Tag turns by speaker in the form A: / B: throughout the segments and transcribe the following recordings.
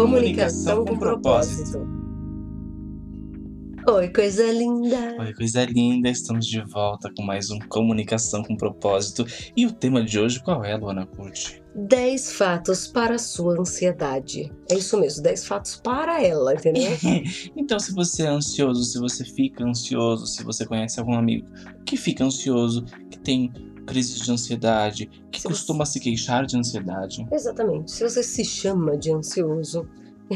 A: Comunicação com propósito. Oi, coisa linda!
B: Oi, coisa linda! Estamos de volta com mais um Comunicação com Propósito. E o tema de hoje qual é, Luana Curti?
A: 10 fatos para a sua ansiedade. É isso mesmo, 10 fatos para ela, entendeu?
B: Então, se você é ansioso, se você fica ansioso, se você conhece algum amigo que fica ansioso, que tem crise de ansiedade, que costuma se queixar de ansiedade.
A: Exatamente. Se você se chama de ansioso,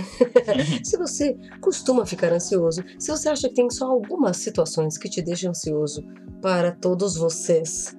A: se você costuma ficar ansioso, se você acha que tem só algumas situações que te deixam ansioso, para todos vocês,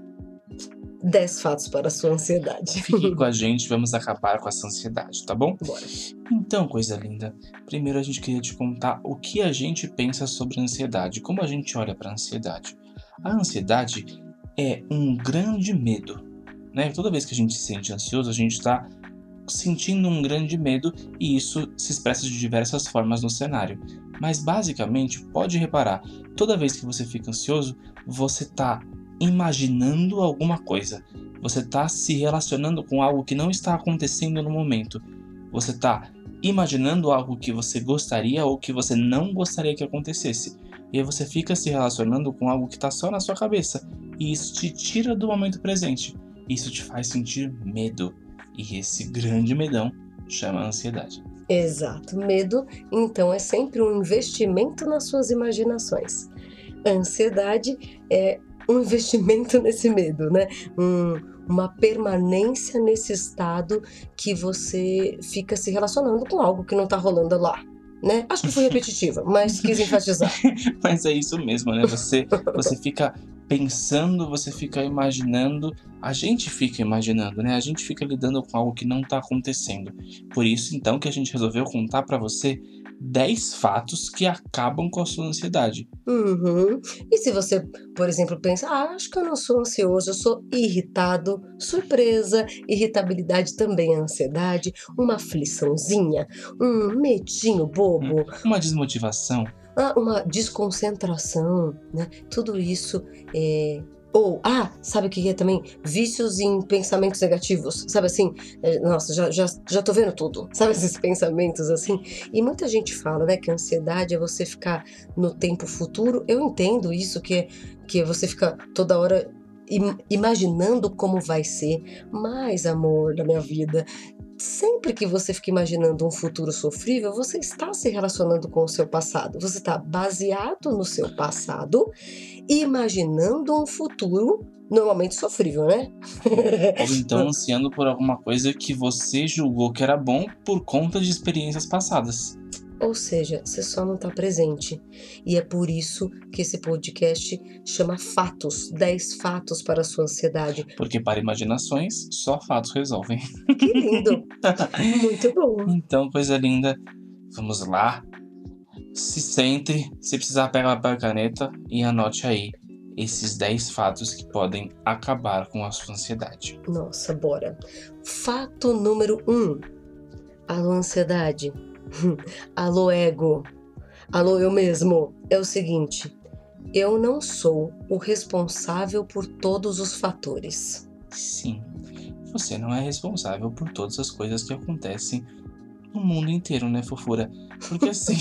A: 10 fatos para a sua ansiedade.
B: Fique com a gente, vamos acabar com essa ansiedade, tá bom?
A: Bora.
B: Então, coisa linda, primeiro a gente queria te contar o que a gente pensa sobre a ansiedade, como a gente olha para a ansiedade. A ansiedade é um grande medo, né? Toda vez que a gente se sente ansioso, a gente está sentindo um grande medo e isso se expressa de diversas formas no cenário. Mas basicamente, pode reparar, toda vez que você fica ansioso, você está imaginando alguma coisa. Você está se relacionando com algo que não está acontecendo no momento. Você está imaginando algo que você gostaria ou que você não gostaria que acontecesse. E aí você fica se relacionando com algo que está só na sua cabeça. E isso te tira do momento presente. Isso te faz sentir medo. E esse grande medão chama ansiedade.
A: Exato. Medo, então, é sempre um investimento nas suas imaginações. Ansiedade é um investimento nesse medo, né? Uma permanência nesse estado que você fica se relacionando com algo que não tá rolando lá, né? Acho que fui repetitiva, mas quis enfatizar.
B: Mas é isso mesmo, né? Você fica pensando, você fica imaginando, a gente fica imaginando, né? A gente fica lidando com algo que não tá acontecendo. Por isso, então, que a gente resolveu contar pra você 10 fatos que acabam com a sua ansiedade.
A: Uhum. E se você, por exemplo, pensa, acho que eu não sou ansioso, eu sou irritado, surpresa, irritabilidade também é ansiedade, uma afliçãozinha, um medinho bobo,
B: Uma desmotivação.
A: uma desconcentração, né? Tudo isso sabe o que é também? Vícios em pensamentos negativos, sabe assim? Nossa, já tô vendo tudo, sabe esses pensamentos assim? E muita gente fala, né, que a ansiedade é você ficar no tempo futuro. Eu entendo isso, que é você ficar toda hora imaginando como vai ser, mas, amor da minha vida, sempre que você fica imaginando um futuro sofrível, você está se relacionando com o seu passado. Você está baseado no seu passado, imaginando um futuro normalmente sofrível, né?
B: Ou então ansiando por alguma coisa que você julgou que era bom por conta de experiências passadas.
A: Ou seja, você só não está presente. E é por isso que esse podcast chama Fatos, 10 fatos para a sua ansiedade.
B: Porque para imaginações, só fatos resolvem.
A: Que lindo! Muito bom.
B: Então, coisa linda, vamos lá. Se sente, se precisar pega papel e caneta e anote aí esses 10 fatos que podem acabar com a sua ansiedade.
A: Nossa, bora. Fato número 1. Alô, ansiedade. Alô, ego. Alô, eu mesmo. É o seguinte, eu não sou o responsável por todos os fatores.
B: Sim, você não é responsável por todas as coisas que acontecem no mundo inteiro, né, fofura? Porque assim...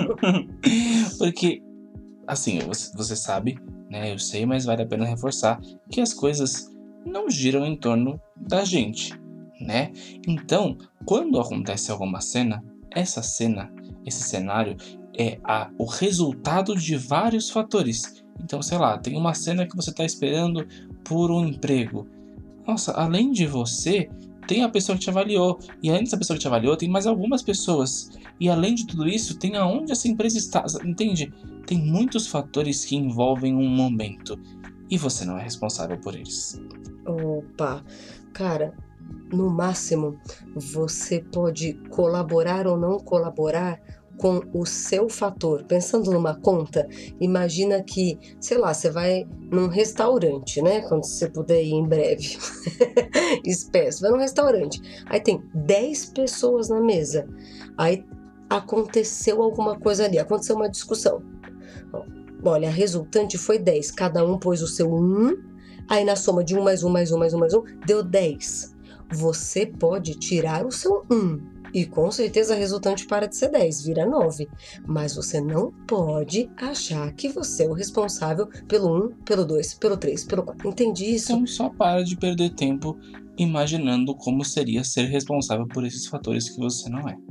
B: você sabe, né, eu sei, mas vale a pena reforçar que as coisas não giram em torno da gente, né? Então, quando acontece alguma cena, essa cena, esse cenário é o resultado de vários fatores. Então, sei lá, tem uma cena que você está esperando por um emprego. Nossa, além de você, tem a pessoa que te avaliou. E além dessa pessoa que te avaliou, tem mais algumas pessoas. E além de tudo isso, tem aonde essa empresa está, entende? Tem muitos fatores que envolvem um momento. E você não é responsável por eles.
A: Opa, cara, no máximo você pode colaborar ou não colaborar com o seu fator. Pensando numa conta, imagina que, sei lá, você vai num restaurante, né? Quando você puder ir em breve. Espera, você vai num restaurante. Aí tem 10 pessoas na mesa. Aí aconteceu alguma coisa ali, aconteceu uma discussão. Olha, a resultante foi 10. Cada um pôs o seu 1. Aí na soma de 1 mais 1 mais 1 mais 1 mais 1, deu 10. Você pode tirar o seu 1. E com certeza a resultante para de ser 10, vira 9. Mas você não pode achar que você é o responsável pelo 1, pelo 2, pelo 3, pelo 4. Entende isso?
B: Então só para de perder tempo imaginando como seria ser responsável por esses fatores que você não é.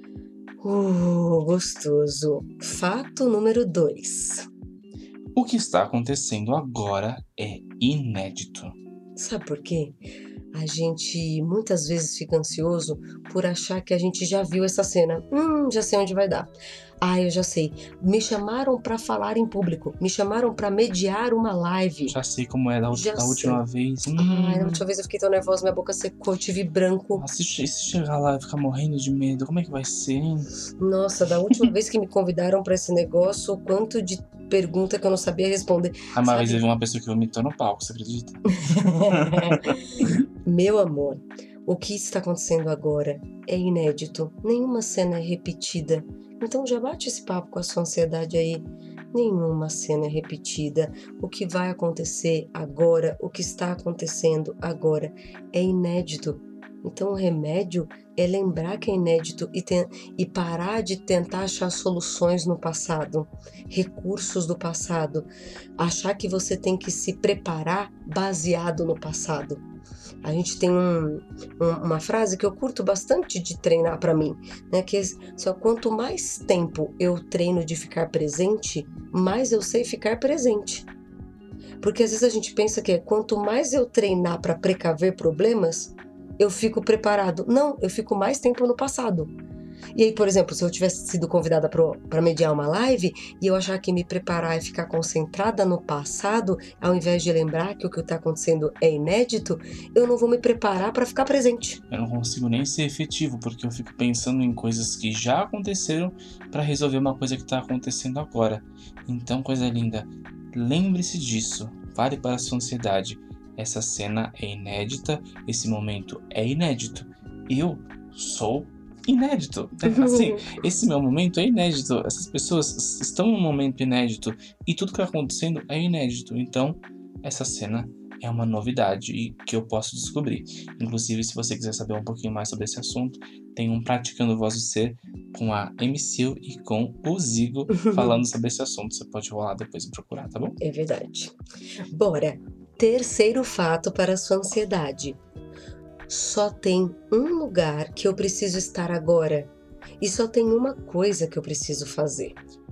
A: Gostoso. Fato número 2.
B: O que está acontecendo agora é inédito.
A: Sabe por quê? A gente muitas vezes fica ansioso por achar que a gente já viu essa cena. Já sei onde vai dar. Eu já sei. Me chamaram para falar em público. Me chamaram para mediar uma live.
B: Já sei como é da
A: Já
B: última
A: sei.
B: vez.
A: Na última vez eu fiquei tão nervosa, minha boca secou, eu tive branco.
B: Se chegar lá e ficar morrendo de medo, como é que vai ser, hein?
A: Nossa, da última vez que me convidaram para esse negócio, o quanto de pergunta que eu não sabia responder.
B: Uma vez eu vi uma pessoa que vomitou no palco, você acredita?
A: Meu amor, o que está acontecendo agora é inédito. Nenhuma cena é repetida. Então já bate esse papo com a sua ansiedade aí. Nenhuma cena é repetida. O que vai acontecer agora, o que está acontecendo agora é inédito. Então o remédio é lembrar que é inédito e parar de tentar achar soluções no passado, recursos do passado, achar que você tem que se preparar baseado no passado. A gente tem uma frase que eu curto bastante de treinar para mim, né? Que é só quanto mais tempo eu treino de ficar presente, mais eu sei ficar presente. Porque às vezes a gente pensa que quanto mais eu treinar para precaver problemas, eu fico preparado. Não, eu fico mais tempo no passado. E aí, por exemplo, se eu tivesse sido convidada para mediar uma live e eu achar que me preparar e ficar concentrada no passado, ao invés de lembrar que o que está acontecendo é inédito, eu não vou me preparar para ficar presente.
B: Eu não consigo nem ser efetivo, porque eu fico pensando em coisas que já aconteceram para resolver uma coisa que está acontecendo agora. Então, coisa linda, lembre-se disso, fale para a sua ansiedade. Essa cena é inédita, esse momento é inédito. Eu sou inédito. Assim, esse meu momento é inédito. Essas pessoas estão num momento inédito e tudo que está acontecendo é inédito. Então, essa cena é uma novidade e que eu posso descobrir. Inclusive, se você quiser saber um pouquinho mais sobre esse assunto, tem um Praticando Voz do Ser com a MCU e com o Zigo falando sobre esse assunto. Você pode rolar depois e procurar, tá bom?
A: É verdade. Bora! Terceiro fato para a sua ansiedade. Só tem um lugar que eu preciso estar agora. E só tem uma coisa que eu preciso fazer.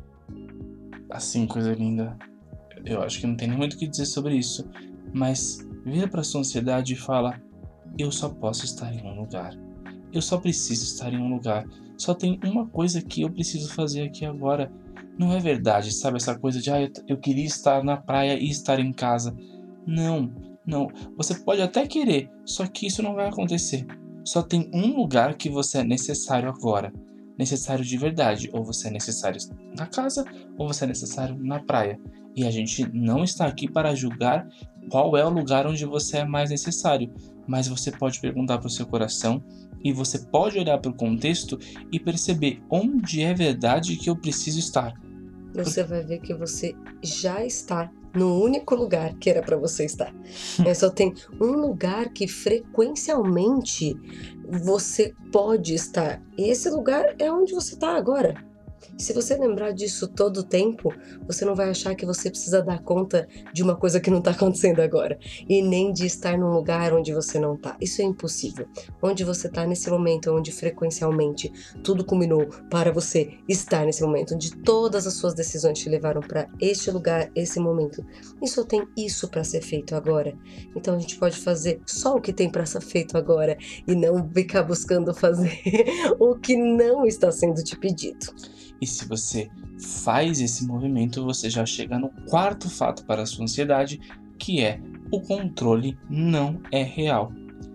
B: Assim, coisa linda. Eu acho que não tem nem muito o que dizer sobre isso. Mas vira para sua ansiedade e fala: eu só posso estar em um lugar. Eu só preciso estar em um lugar. Só tem uma coisa que eu preciso fazer aqui agora. Não é verdade, sabe? Essa coisa de eu queria estar na praia e estar em casa. Não. Você pode até querer, só que isso não vai acontecer. Só tem um lugar que você é necessário agora. Necessário de verdade. Ou você é necessário na casa, ou você é necessário na praia. E a gente não está aqui para julgar qual é o lugar onde você é mais necessário. Mas você pode perguntar para o seu coração e você pode olhar para o contexto e perceber onde é verdade que eu preciso estar.
A: Você vai ver que você já está no único lugar que era para você estar. Só tem um lugar que frequencialmente você pode estar. E esse lugar é onde você está agora. Se você lembrar disso todo o tempo, você não vai achar que você precisa dar conta de uma coisa que não está acontecendo agora. E nem de estar num lugar onde você não está. Isso é impossível. Onde você está nesse momento, onde frequencialmente tudo culminou para você estar nesse momento, onde todas as suas decisões te levaram para este lugar, esse momento. E só tem isso para ser feito agora. Então a gente pode fazer só o que tem para ser feito agora e não ficar buscando fazer o que não está sendo te pedido.
B: E se você faz esse movimento, você já chega no quarto fato para a sua ansiedade, que é: o controle não é real.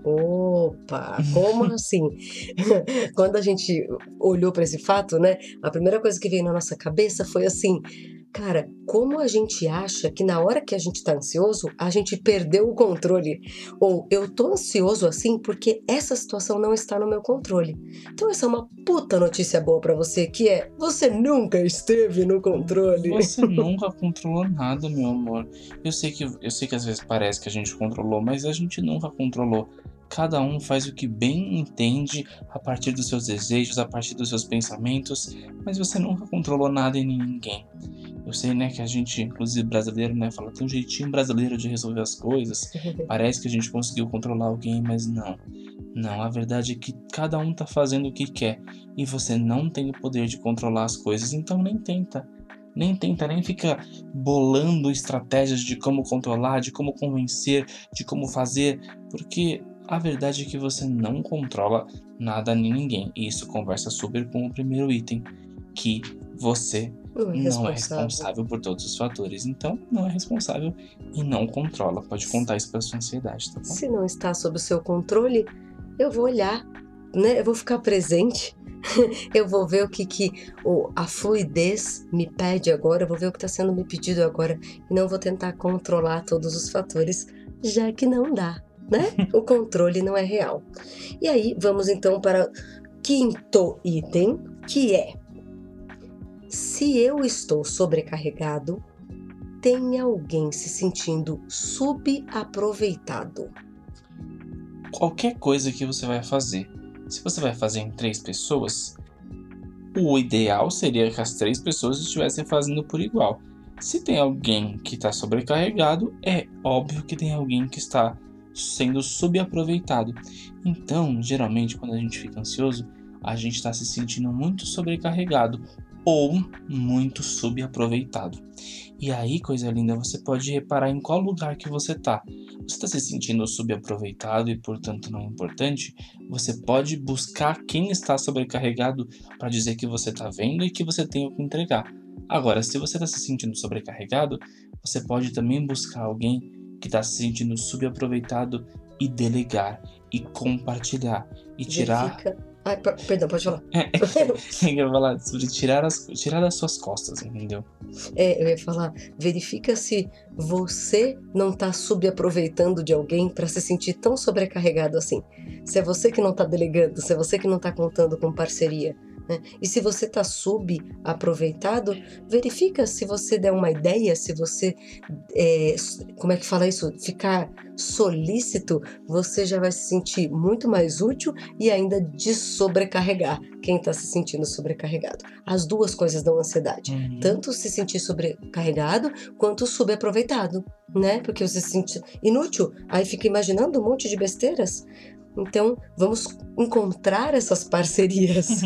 A: Opa, como assim? Quando a gente olhou para esse fato, né? A primeira coisa que veio na nossa cabeça foi assim: cara, como a gente acha que na hora que a gente tá ansioso, a gente perdeu o controle? Ou eu tô ansioso assim porque essa situação não está no meu controle. Então essa é uma puta notícia boa pra você, que é: você nunca esteve no controle.
B: Você nunca controlou nada, meu amor. Eu sei que às vezes parece que a gente controlou, mas a gente nunca controlou. Cada um faz o que bem entende a partir dos seus desejos, a partir dos seus pensamentos, mas você nunca controlou nada e nem ninguém. Eu sei, né, que a gente, inclusive brasileiro, né, fala tem um jeitinho brasileiro de resolver as coisas. Parece que a gente conseguiu controlar alguém, mas não. Não, a verdade é que cada um tá fazendo o que quer e você não tem o poder de controlar as coisas, então nem tenta. Nem tenta, nem fica bolando estratégias de como controlar, de como convencer, de como fazer, porque a verdade é que você não controla nada nem ninguém. E isso conversa super com o primeiro item, que você
A: Não é
B: não é
A: responsável.
B: responsável por todos os fatores. Então, não é responsável e não controla. Pode contar isso pra sua ansiedade, tá bom?
A: Se não está sob o seu controle, eu vou olhar, né? Eu vou ficar presente. Eu vou ver o que a fluidez me pede agora, eu vou ver o que está sendo me pedido agora e não vou tentar controlar todos os fatores, já que não dá, né? O controle não é real. E aí, vamos então para o quinto item, que é: se eu estou sobrecarregado, tem alguém se sentindo subaproveitado.
B: Qualquer coisa que você vai fazer, se você vai fazer em 3 pessoas, o ideal seria que as 3 pessoas estivessem fazendo por igual. Se tem alguém que está sobrecarregado, é óbvio que tem alguém que está sendo subaproveitado. Então, geralmente, quando a gente fica ansioso, a gente está se sentindo muito sobrecarregado ou muito subaproveitado. E aí, coisa linda, você pode reparar em qual lugar que você está. Você está se sentindo subaproveitado e, portanto, não importante? Você pode buscar quem está sobrecarregado para dizer que você está vendo e que você tem o que entregar. Agora, se você está se sentindo sobrecarregado, você pode também buscar alguém que está se sentindo subaproveitado e delegar e compartilhar e tirar.
A: Verifica. Ai, perdão, pode falar.
B: Eu ia falar sobre tirar das suas costas, entendeu?
A: Eu ia falar, verifica se você não está subaproveitando de alguém para se sentir tão sobrecarregado assim. Se é você que não está delegando, se é você que não está contando com parceria, né? E se você está subaproveitado, verifica se você der uma ideia, se você, como é que fala isso? Ficar solícito, você já vai se sentir muito mais útil e ainda sobrecarregar quem está se sentindo sobrecarregado. As duas coisas dão ansiedade. Tanto se sentir sobrecarregado quanto subaproveitado, né? Porque você se sente inútil, aí fica imaginando um monte de besteiras. Então, vamos encontrar essas parcerias,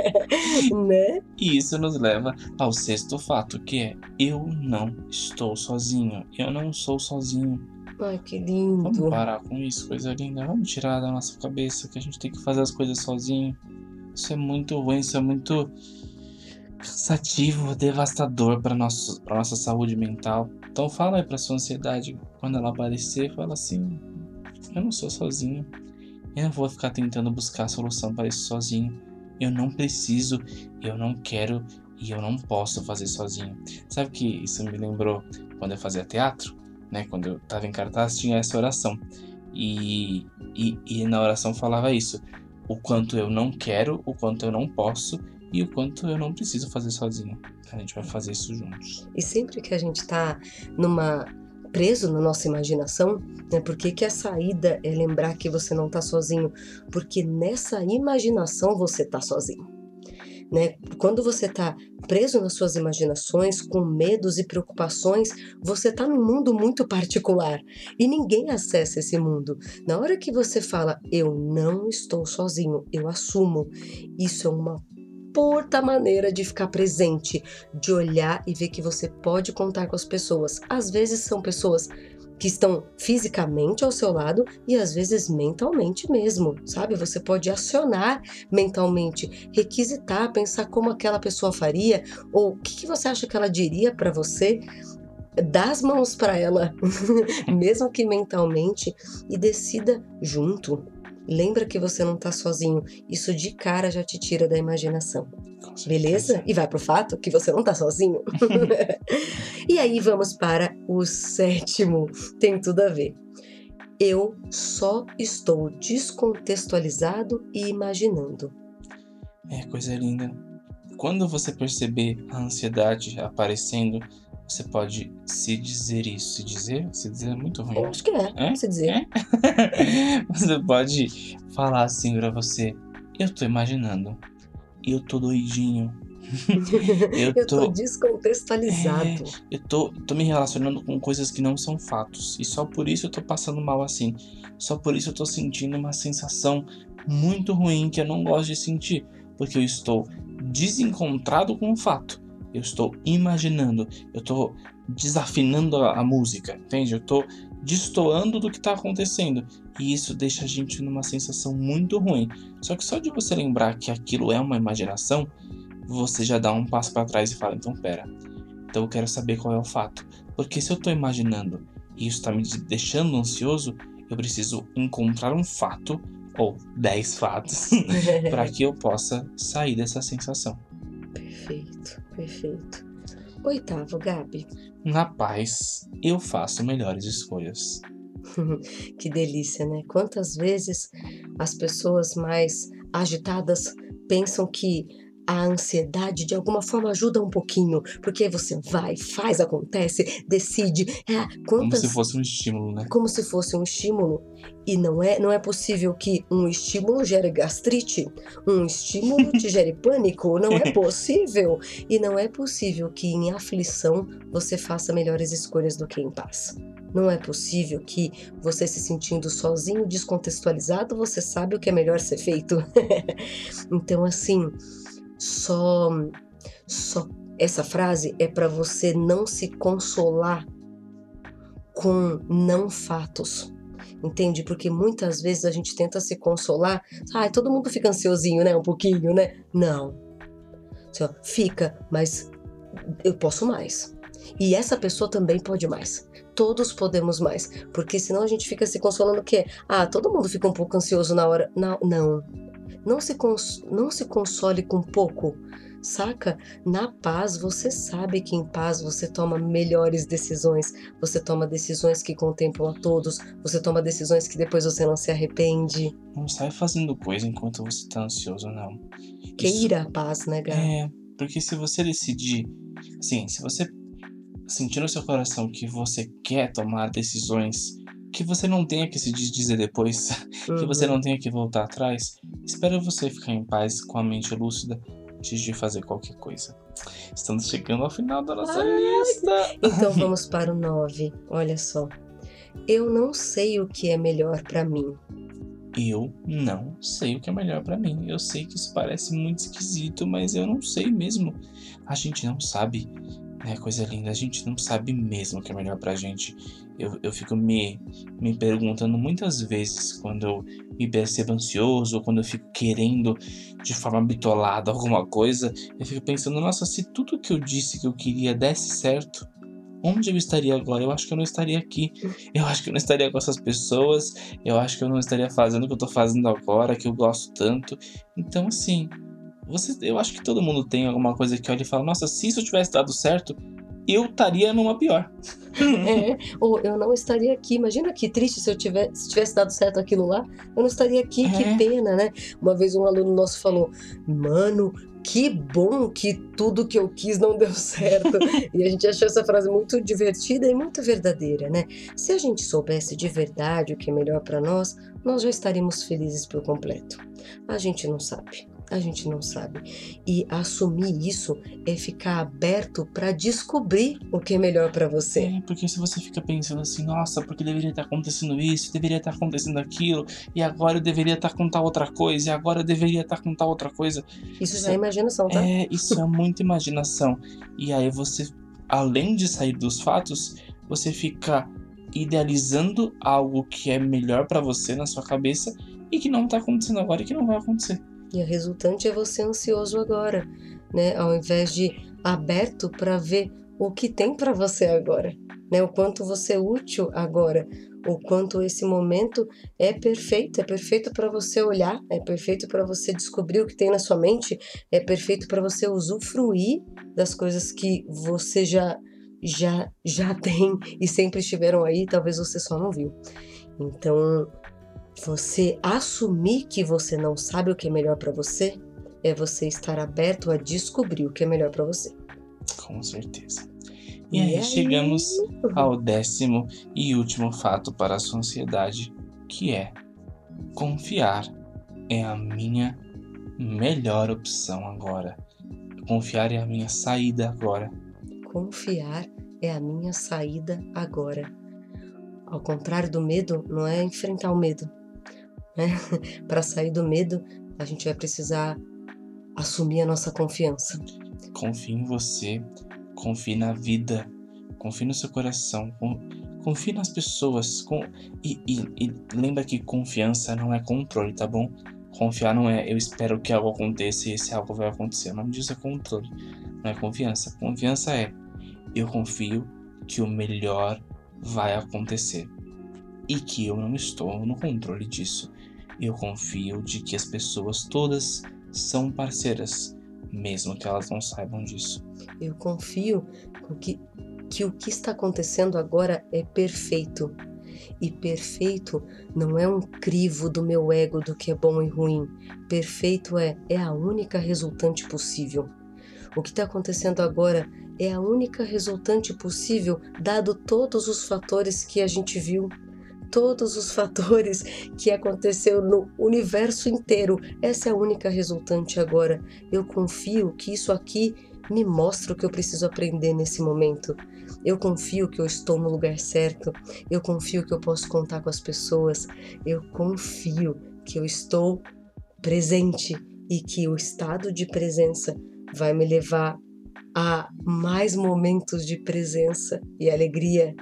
A: né?
B: E isso nos leva ao sexto fato, que é: eu não estou sozinho, eu não sou sozinho.
A: Ai, que
B: Vamos
A: lindo.
B: parar com isso, coisa linda. Vamos tirar da nossa cabeça que a gente tem que fazer as coisas sozinho. Isso é muito ruim, isso é muito cansativo, devastador para nossa saúde mental. Então fala aí pra sua ansiedade, quando ela aparecer, fala assim: eu não sou sozinho. Eu não vou ficar tentando buscar a solução para isso sozinho. Eu não preciso, eu não quero e eu não posso fazer sozinho. Sabe que isso me lembrou quando eu fazia teatro, né? Quando eu estava em cartaz tinha essa oração. E na oração falava isso: o quanto eu não quero, o quanto eu não posso e o quanto eu não preciso fazer sozinho. A gente vai fazer isso juntos.
A: E sempre que a gente está preso na nossa imaginação, né? Por que a saída é lembrar que você não está sozinho? Porque nessa imaginação você está sozinho, né? Quando você está preso nas suas imaginações, com medos e preocupações, você está num mundo muito particular e ninguém acessa esse mundo. Na hora que você fala, eu não estou sozinho, eu assumo, isso é uma puta maneira de ficar presente, de olhar e ver que você pode contar com as pessoas. Às vezes são pessoas que estão fisicamente ao seu lado e às vezes mentalmente mesmo, sabe? Você pode acionar mentalmente, requisitar, pensar como aquela pessoa faria ou o que você acha que ela diria para você. Dá as mãos para ela, mesmo que mentalmente, e decida junto. Lembra que você não tá sozinho. Isso de cara já te tira da imaginação.
B: Com
A: Beleza?
B: certeza.
A: E vai pro fato que você não tá sozinho. E aí vamos para o sétimo. Tem tudo a ver. Eu só estou descontextualizado e imaginando.
B: É coisa linda. Quando você perceber a ansiedade aparecendo, você pode se dizer isso. Se dizer é muito ruim.
A: Eu acho que
B: É?
A: se dizer.
B: É? Você pode falar assim pra você: eu tô imaginando, eu tô doidinho, eu
A: Eu tô
B: tô
A: descontextualizado.
B: eu tô me relacionando com coisas que não são fatos, e só por isso eu tô passando mal assim. Só por isso eu tô sentindo uma sensação muito ruim que eu não gosto de sentir, porque eu estou desencontrado com o fato. Eu estou imaginando, eu tô desafinando a música, entende? Eu tô destoando do que tá acontecendo, e isso deixa a gente numa sensação muito ruim. Só que só de você lembrar que aquilo é uma imaginação, você já dá um passo para trás e fala: então pera, então eu quero saber qual é o fato. Porque se eu tô imaginando e isso tá me deixando ansioso, eu preciso encontrar um fato, ou 10 fatos, para que eu possa sair dessa sensação.
A: Perfeito, perfeito. Oitavo, Gabi.
B: Na paz, eu faço melhores escolhas.
A: Que delícia, né? Quantas vezes as pessoas mais agitadas pensam que a ansiedade de alguma forma ajuda um pouquinho, porque aí você vai, faz, acontece, decide.
B: Como se
A: Quantas
B: fosse um estímulo, né?
A: como se fosse um estímulo, e não é possível que um estímulo gere gastrite, um estímulo te gere pânico, não é possível. E não é possível que em aflição você faça melhores escolhas do que em paz. Não é possível que você se sentindo sozinho, descontextualizado, você sabe o que é melhor ser feito. Então, assim, só só essa frase é para você não se consolar com não fatos, entende? Porque muitas vezes a gente tenta se consolar, todo mundo fica ansiosinho, né, um pouquinho, né? Não, assim, ó, fica, mas eu posso mais. E essa pessoa também pode mais. Todos podemos mais, porque senão a gente fica se consolando o quê? Todo mundo fica um pouco ansioso na hora. Não, não. Não se console com pouco, saca? Na paz, você sabe que em paz você toma melhores decisões, você toma decisões que contemplam a todos, você toma decisões que depois você não se arrepende.
B: Não sai fazendo coisa enquanto você tá ansioso, não. Isso
A: Queira a paz, né, Gá?
B: é, porque se você decidir, assim, se você sentir no seu coração que você quer tomar decisões que você não tenha que se desdizer depois, que você
A: Uhum.
B: não tenha que voltar atrás, espero você ficar em paz com a mente lúcida antes de fazer qualquer coisa. Estamos chegando ao final da nossa lista.
A: Então vamos para o 9. Olha só. Eu não sei o que é melhor pra mim.
B: Eu não sei o que é melhor pra mim. Eu sei que isso parece muito esquisito, mas eu não sei mesmo. A gente não sabe, né? Coisa linda, a gente não sabe mesmo o que é melhor pra gente. Eu fico me perguntando muitas vezes quando eu me percebo ansioso, ou quando eu fico querendo de forma bitolada alguma coisa, eu fico pensando, nossa, se tudo que eu disse que eu queria desse certo, onde eu estaria agora? Eu acho que eu não estaria aqui. Eu acho que eu não estaria com essas pessoas. Eu acho que eu não estaria fazendo o que eu tô fazendo agora, que eu gosto tanto. Então, assim, eu acho que todo mundo tem alguma coisa que olha e fala: nossa, se isso tivesse dado certo, eu estaria numa pior.
A: Ou eu não estaria aqui. Imagina que triste se tivesse dado certo aquilo lá, eu não estaria aqui, que
B: É,
A: pena, né? Uma vez um aluno nosso falou: Mano, que bom que tudo que eu quis não deu certo. E a gente achou essa frase muito divertida e muito verdadeira, né? Se a gente soubesse de verdade o que é melhor para nós já estaríamos felizes por completo. A gente não sabe. A gente não sabe. E assumir isso é ficar aberto para descobrir o que é melhor para você.
B: porque se você fica pensando assim, nossa, porque deveria estar acontecendo isso, deveria estar acontecendo aquilo, e agora eu deveria estar com tal outra coisa, e agora eu deveria estar com tal outra coisa.
A: Isso
B: Isso
A: já é imaginação, tá?
B: isso é muita imaginação. E aí você, além de sair dos fatos, você fica idealizando algo que é melhor pra você na sua cabeça e que não tá acontecendo agora e que não vai acontecer.
A: E a resultante é você ansioso agora, né? Ao invés de aberto para ver o que tem para você agora, né? O quanto você é útil agora, o quanto esse momento é perfeito para você olhar, é perfeito para você descobrir o que tem na sua mente, é perfeito para você usufruir das coisas que você já tem e sempre estiveram aí, talvez você só não viu. Então, você assumir que você não sabe o que é melhor para você, é você estar aberto a descobrir o que é melhor para você.
B: Com certeza. E aí chegamos ao 10º e último fato para a sua ansiedade, que é: confiar é a minha melhor opção agora. Confiar é a minha saída agora.
A: Confiar é a minha saída agora. Ao contrário do medo, não é enfrentar o medo, né? Para sair do medo, a gente vai precisar assumir a nossa confiança.
B: Confie em você, confie na vida, confie no seu coração, confie nas pessoas. E lembra que confiança não é controle, tá bom? Confiar não é eu espero que algo aconteça e esse algo vai acontecer. O nome disso é controle, não é confiança. Confiança é eu confio que o melhor vai acontecer e que eu não estou no controle disso. Eu confio de que as pessoas todas são parceiras, mesmo que elas não saibam disso.
A: Eu confio que o que está acontecendo agora é perfeito. E perfeito não é um crivo do meu ego do que é bom e ruim. Perfeito é a única resultante possível. O que está acontecendo agora é a única resultante possível, dado todos os fatores que a gente viu, todos os fatores que aconteceu no universo inteiro. Essa é a única resultante agora. Eu confio que isso aqui me mostra o que eu preciso aprender nesse momento. Eu confio que eu estou no lugar certo. Eu confio que eu posso contar com as pessoas. Eu confio que eu estou presente e que o estado de presença vai me levar a mais momentos de presença e alegria.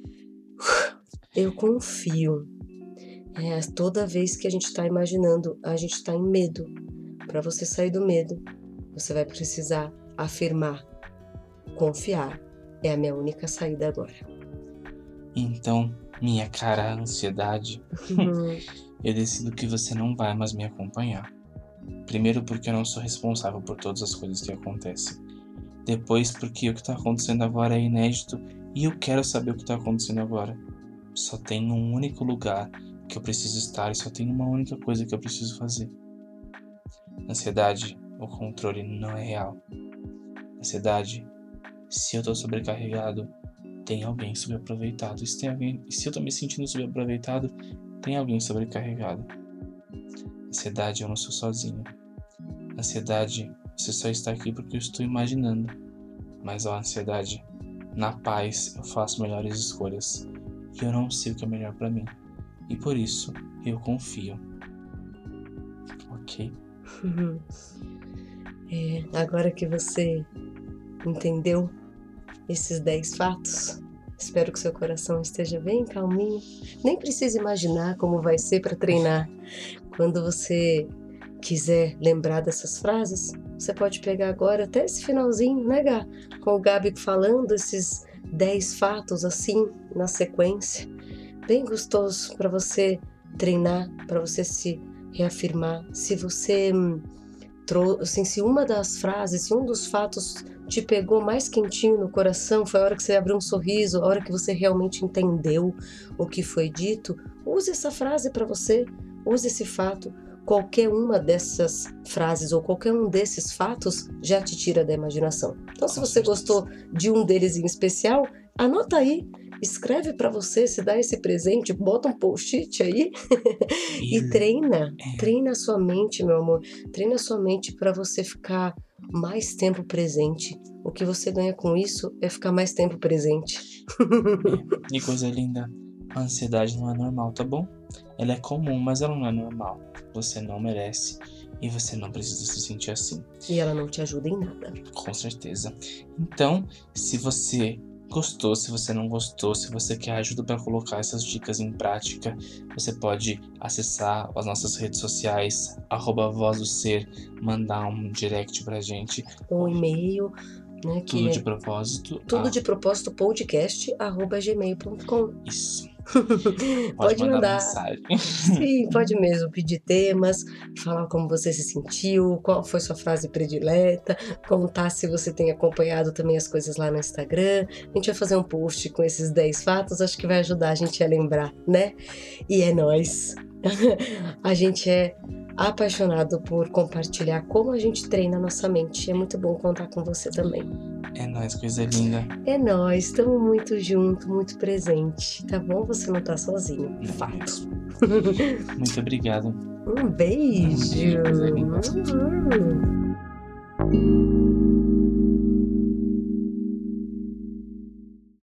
A: Eu confio. Toda vez que a gente está imaginando, a gente está em medo. Para você sair do medo, você vai precisar afirmar, confiar. É a minha única saída agora.
B: Então, minha cara ansiedade, eu decido que você não vai mais me acompanhar. Primeiro porque eu não sou responsável por todas as coisas que acontecem. Depois porque o que está acontecendo agora é inédito e eu quero saber o que está acontecendo agora. Só tem um único lugar que eu preciso estar e só tem uma única coisa que eu preciso fazer. Ansiedade, o controle não é real. Ansiedade, se eu tô sobrecarregado, tem alguém subaproveitado. Se eu tô me sentindo subaproveitado, tem alguém sobrecarregado. Ansiedade, eu não sou sozinho. Ansiedade, você só está aqui porque eu estou imaginando. Mas a ansiedade, na paz eu faço melhores escolhas. E eu não sei o que é melhor pra mim. E por isso, eu confio. Ok?
A: Agora que você entendeu esses 10 fatos, espero que seu coração esteja bem calminho. Nem precisa imaginar como vai ser para treinar. Quando você quiser lembrar dessas frases, você pode pegar agora até esse finalzinho, né, Gá? Com o Gabi falando esses 10 fatos assim, na sequência. Bem gostoso para você treinar, para você se reafirmar. Se você assim, se uma das frases, se um dos fatos te pegou mais quentinho no coração, foi a hora que você abriu um sorriso, a hora que você realmente entendeu o que foi dito, use essa frase para você, use esse fato. Qualquer uma dessas frases ou qualquer um desses fatos já te tira da imaginação. Então, se você gostou de um deles em especial, anota aí, escreve para você, se dá esse presente, bota um post-it aí e treina a sua mente, meu amor. Treina a sua mente para você ficar mais tempo presente. O que você ganha com isso é ficar mais tempo presente.
B: E coisa linda, a ansiedade não é normal, tá bom? Ela é comum, mas ela não é normal. Você não merece e você não precisa se sentir assim.
A: E ela não te ajuda em nada.
B: Com certeza. Então, se você gostou, se você não gostou, se você quer ajuda para colocar essas dicas em prática, você pode acessar as nossas redes sociais, @Voz do Ser, mandar um direct pra gente.
A: Um e-mail, né?
B: Tudo de propósito.
A: Tudo de propósito podcast@gmail.com.
B: Isso.
A: Pode mandar
B: mensagem.
A: Sim, pode mesmo pedir temas, falar como você se sentiu, qual foi sua frase predileta, contar se você tem acompanhado também as coisas lá no Instagram. A gente vai fazer um post com esses 10 fatos, acho que vai ajudar a gente a lembrar, né? E é nóis! A gente é apaixonado por compartilhar como a gente treina a nossa mente. É muito bom contar com você também.
B: É nóis, coisa linda.
A: É nóis, estamos muito junto, muito presente, tá bom? Você não tá sozinho, de
B: Não
A: fato.
B: mesmo. Muito obrigado.
A: Um beijo.
B: Um beijo, coisa linda.
A: Uhum.